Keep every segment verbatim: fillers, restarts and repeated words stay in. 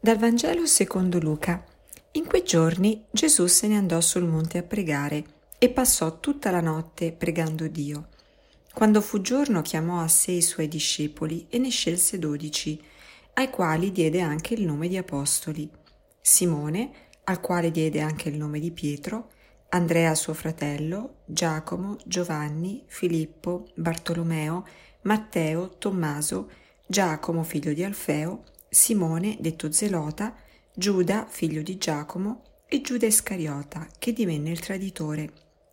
Dal Vangelo secondo Luca. In quei giorni Gesù se ne andò sul monte a pregare e passò tutta la notte pregando Dio. Quando fu giorno chiamò a sé i suoi discepoli e ne scelse dodici, ai quali diede anche il nome di apostoli: Simone, al quale diede anche il nome di Pietro, Andrea suo fratello, Giacomo, Giovanni, Filippo, Bartolomeo, Matteo, Tommaso, Giacomo figlio di Alfeo, Simone detto Zelota, Giuda figlio di Giacomo e Giuda Iscariota, che divenne il traditore.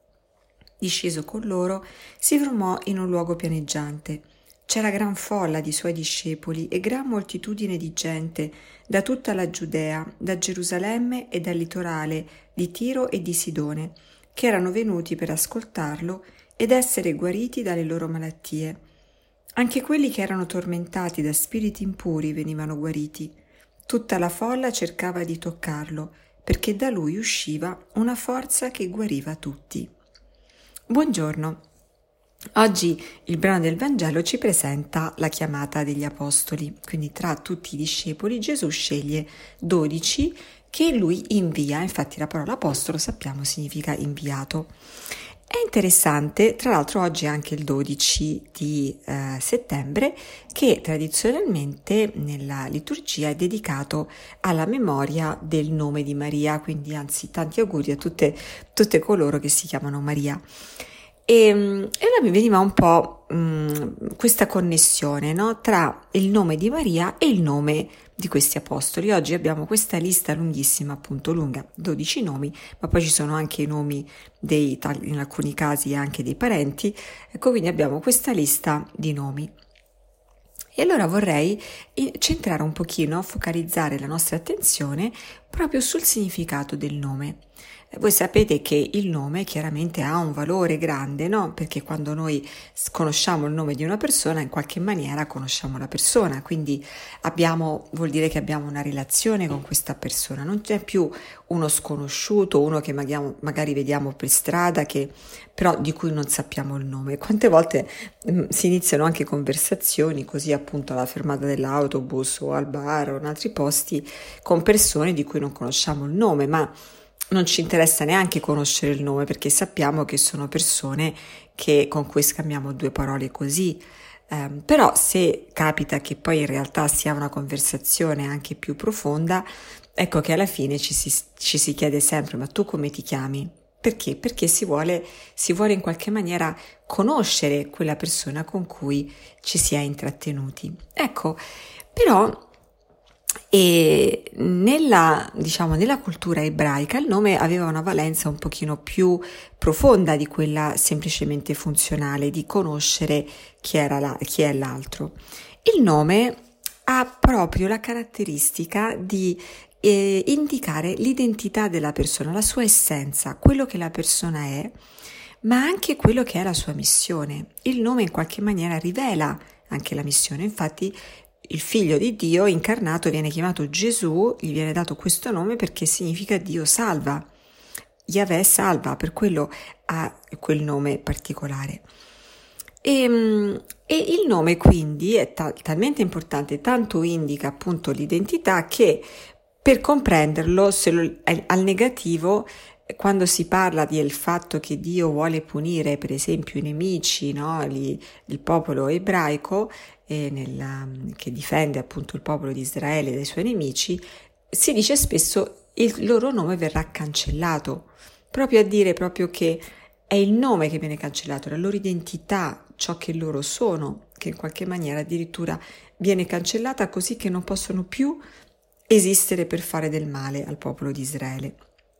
Disceso con loro, si fermò in un luogo pianeggiante. C'era gran folla di suoi discepoli e gran moltitudine di gente da tutta la Giudea, da Gerusalemme e dal litorale di Tiro e di Sidone, che erano venuti per ascoltarlo ed essere guariti dalle loro malattie. Anche quelli che erano tormentati da spiriti impuri venivano guariti. Tutta la folla cercava di toccarlo, perché da lui usciva una forza che guariva tutti. Buongiorno. Oggi il brano del Vangelo ci presenta la chiamata degli apostoli, quindi tra tutti i discepoli Gesù sceglie dodici che lui invia, infatti la parola apostolo sappiamo significa inviato. È interessante, tra l'altro oggi è anche il dodici di eh, settembre, che tradizionalmente nella liturgia è dedicato alla memoria del nome di Maria, quindi anzi tanti auguri a tutte, tutte coloro che si chiamano Maria. E, e allora mi veniva un po' mh, questa connessione, no? Tra il nome di Maria e il nome di questi apostoli. Oggi abbiamo questa lista lunghissima, appunto lunga, dodici nomi, ma poi ci sono anche i nomi dei, in alcuni casi anche dei parenti, ecco, quindi abbiamo questa lista di nomi. E allora vorrei centrare un pochino, focalizzare la nostra attenzione proprio sul significato del nome. Voi sapete che il nome chiaramente ha un valore grande, no? Perché quando noi conosciamo il nome di una persona, in qualche maniera conosciamo la persona, quindi abbiamo, vuol dire che abbiamo una relazione con questa persona, non c'è più uno sconosciuto, uno che magari, magari vediamo per strada, che però di cui non sappiamo il nome. Quante volte mh, si iniziano anche conversazioni così, appunto alla fermata dell'autobus o al bar o in altri posti, con persone di cui non conosciamo il nome, ma non ci interessa neanche conoscere il nome, perché sappiamo che sono persone che, con cui scambiamo due parole così. Eh, però se capita che poi in realtà sia una conversazione anche più profonda, ecco che alla fine ci si, ci si chiede sempre: ma tu come ti chiami? Perché? Perché si vuole, si vuole in qualche maniera conoscere quella persona con cui ci si è intrattenuti. Ecco, però E nella, diciamo, nella cultura ebraica il nome aveva una valenza un pochino più profonda di quella semplicemente funzionale, di conoscere chi era la, chi è l'altro. Il nome ha proprio la caratteristica di eh, indicare l'identità della persona, la sua essenza, quello che la persona è, ma anche quello che è la sua missione. Il nome in qualche maniera rivela anche la missione, infatti il figlio di Dio incarnato viene chiamato Gesù, gli viene dato questo nome perché significa Dio salva. Yahweh salva, per quello ha quel nome particolare. E, e il nome quindi è ta- talmente importante, tanto indica appunto l'identità, che per comprenderlo, se lo, al negativo, quando si parla del fatto che Dio vuole punire per esempio i nemici, no? Li, il popolo ebraico, eh, nella, che difende appunto il popolo di Israele dai suoi nemici, si dice spesso il loro nome verrà cancellato, proprio a dire proprio che è il nome che viene cancellato, la loro identità, ciò che loro sono, che in qualche maniera addirittura viene cancellata, così che non possono più esistere per fare del male al popolo di Israele.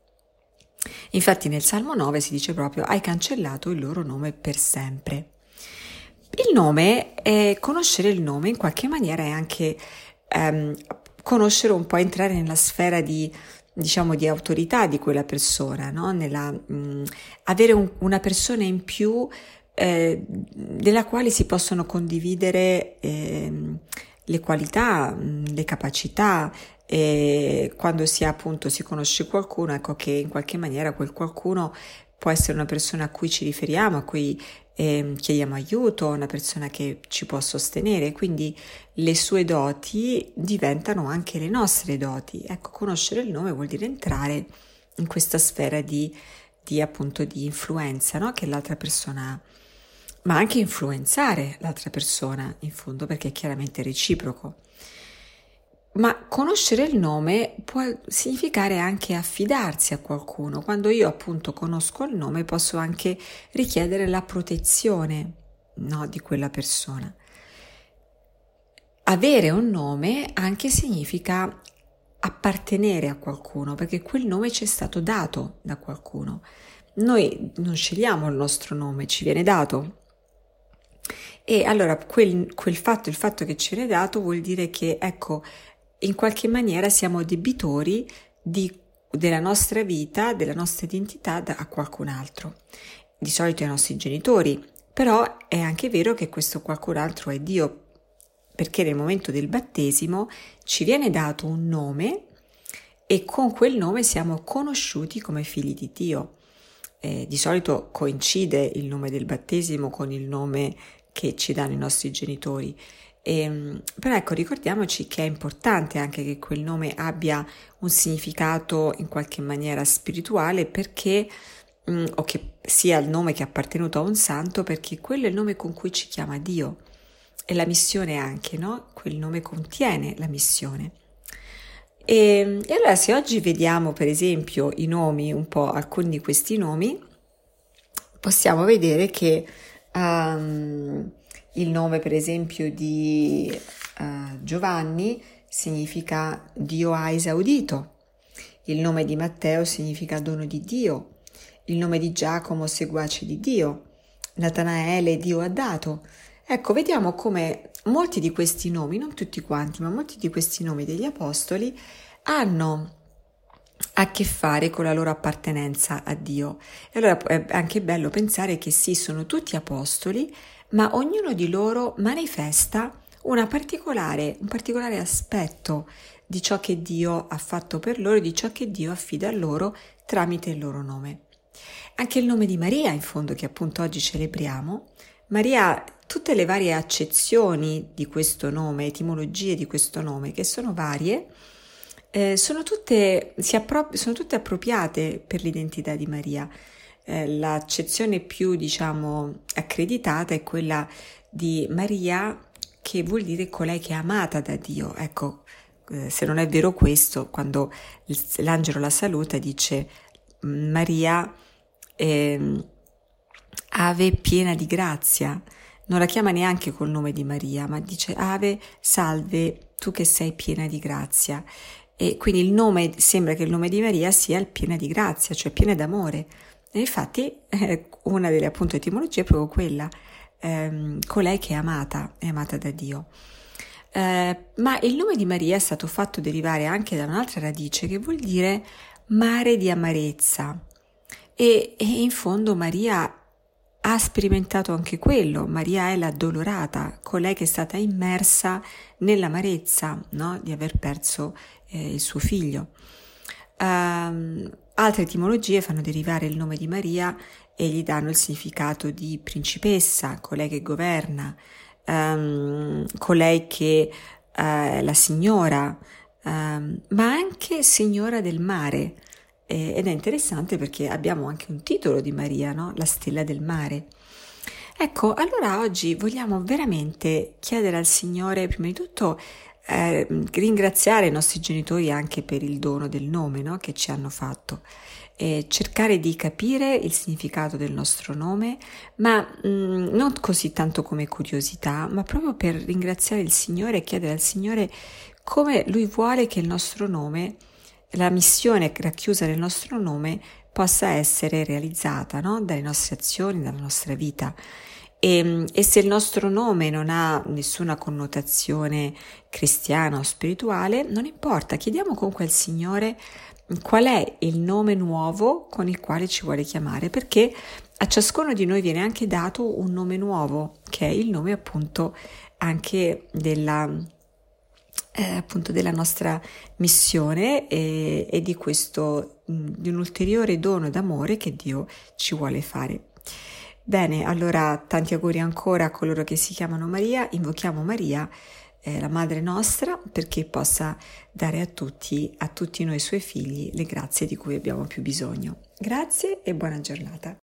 Infatti nel Salmo nove si dice proprio: hai cancellato il loro nome per sempre. Il nome, è, conoscere il nome in qualche maniera è anche ehm, conoscere un po', entrare nella sfera di, diciamo, di autorità di quella persona, no? Nella, mh, avere un, una persona in più eh, della quale si possono condividere eh, le qualità, mh, le capacità. E quando si ha, appunto, si conosce qualcuno, ecco che in qualche maniera quel qualcuno può essere una persona a cui ci riferiamo, a cui eh, chiediamo aiuto a una persona che ci può sostenere, quindi le sue doti diventano anche le nostre doti. Ecco, conoscere il nome vuol dire entrare in questa sfera di, di appunto di influenza, no? Che l'altra persona ha, ma anche influenzare l'altra persona in fondo, perché è chiaramente reciproco. Ma conoscere il nome può significare anche affidarsi a qualcuno. Quando io appunto conosco il nome posso anche richiedere la protezione, no, di quella persona. Avere un nome anche significa appartenere a qualcuno, perché quel nome ci è stato dato da qualcuno. Noi non scegliamo il nostro nome, ci viene dato. E allora quel, quel fatto, il fatto che ci viene dato vuol dire che, ecco, in qualche maniera siamo debitori di, della nostra vita, della nostra identità da, a qualcun altro. Di solito ai nostri genitori, però è anche vero che questo qualcun altro è Dio, perché nel momento del battesimo ci viene dato un nome e con quel nome siamo conosciuti come figli di Dio. Eh, di solito coincide il nome del battesimo con il nome che ci danno i nostri genitori. E, però ecco, ricordiamoci che è importante anche che quel nome abbia un significato in qualche maniera spirituale, perché mh, o che sia il nome che è appartenuto a un santo, perché quello è il nome con cui ci chiama Dio, e la missione anche, no? Quel nome contiene la missione. E, e allora se oggi vediamo per esempio i nomi, un po' alcuni di questi nomi, possiamo vedere che um, il nome per esempio di uh, Giovanni significa Dio ha esaudito, il nome di Matteo significa dono di Dio, il nome di Giacomo seguace di Dio, Natanaele Dio ha dato. Ecco, vediamo come molti di questi nomi, non tutti quanti, ma molti di questi nomi degli apostoli hanno a che fare con la loro appartenenza a Dio. E allora è anche bello pensare che sì, sono tutti apostoli, ma ognuno di loro manifesta una particolare, un particolare aspetto di ciò che Dio ha fatto per loro e di ciò che Dio affida a loro tramite il loro nome. Anche il nome di Maria, in fondo, che appunto oggi celebriamo, Maria, tutte le varie accezioni di questo nome, etimologie di questo nome, che sono varie, eh, sono, tutte, si appro- sono tutte appropriate per l'identità di Maria. Eh, l'accezione più, diciamo, accreditata è quella di Maria, che vuol dire colei che è amata da Dio. Ecco, eh, se non è vero questo, quando l'angelo la saluta dice Maria, eh, Ave piena di grazia, non la chiama neanche col nome di Maria, ma dice Ave, salve, tu che sei piena di grazia. E quindi il nome, sembra che il nome di Maria sia il piena di grazia, cioè piena d'amore. E infatti eh, una delle appunto etimologie è proprio quella, ehm, colei che è amata, è amata da Dio. Eh, ma il nome di Maria è stato fatto derivare anche da un'altra radice che vuol dire mare di amarezza. E, e in fondo Maria ha sperimentato anche quello. Maria è l'addolorata, colei che è stata immersa nell'amarezza, no? Di aver perso eh, il suo figlio. Um, altre etimologie fanno derivare il nome di Maria e gli danno il significato di principessa, colei che governa, um, colei che è uh, la signora, um, ma anche signora del mare. Ed è interessante perché abbiamo anche un titolo di Maria, no? La stella del mare. Ecco, allora oggi vogliamo veramente chiedere al Signore, prima di tutto, eh, ringraziare i nostri genitori anche per il dono del nome, no? Che ci hanno fatto, e cercare di capire il significato del nostro nome, ma mh, non così tanto come curiosità, ma proprio per ringraziare il Signore e chiedere al Signore come Lui vuole che il nostro nome, la missione racchiusa nel nostro nome, possa essere realizzata, no? Dalle nostre azioni, dalla nostra vita. E, e se il nostro nome non ha nessuna connotazione cristiana o spirituale, non importa, chiediamo comunque al Signore qual è il nome nuovo con il quale ci vuole chiamare, perché a ciascuno di noi viene anche dato un nome nuovo, che è il nome appunto anche della Eh, appunto della nostra missione e, e di questo, di un ulteriore dono d'amore che Dio ci vuole fare. Bene, allora tanti auguri ancora a coloro che si chiamano Maria, invochiamo Maria, eh, la Madre nostra, perché possa dare a tutti, a tutti noi suoi figli, le grazie di cui abbiamo più bisogno. Grazie e buona giornata.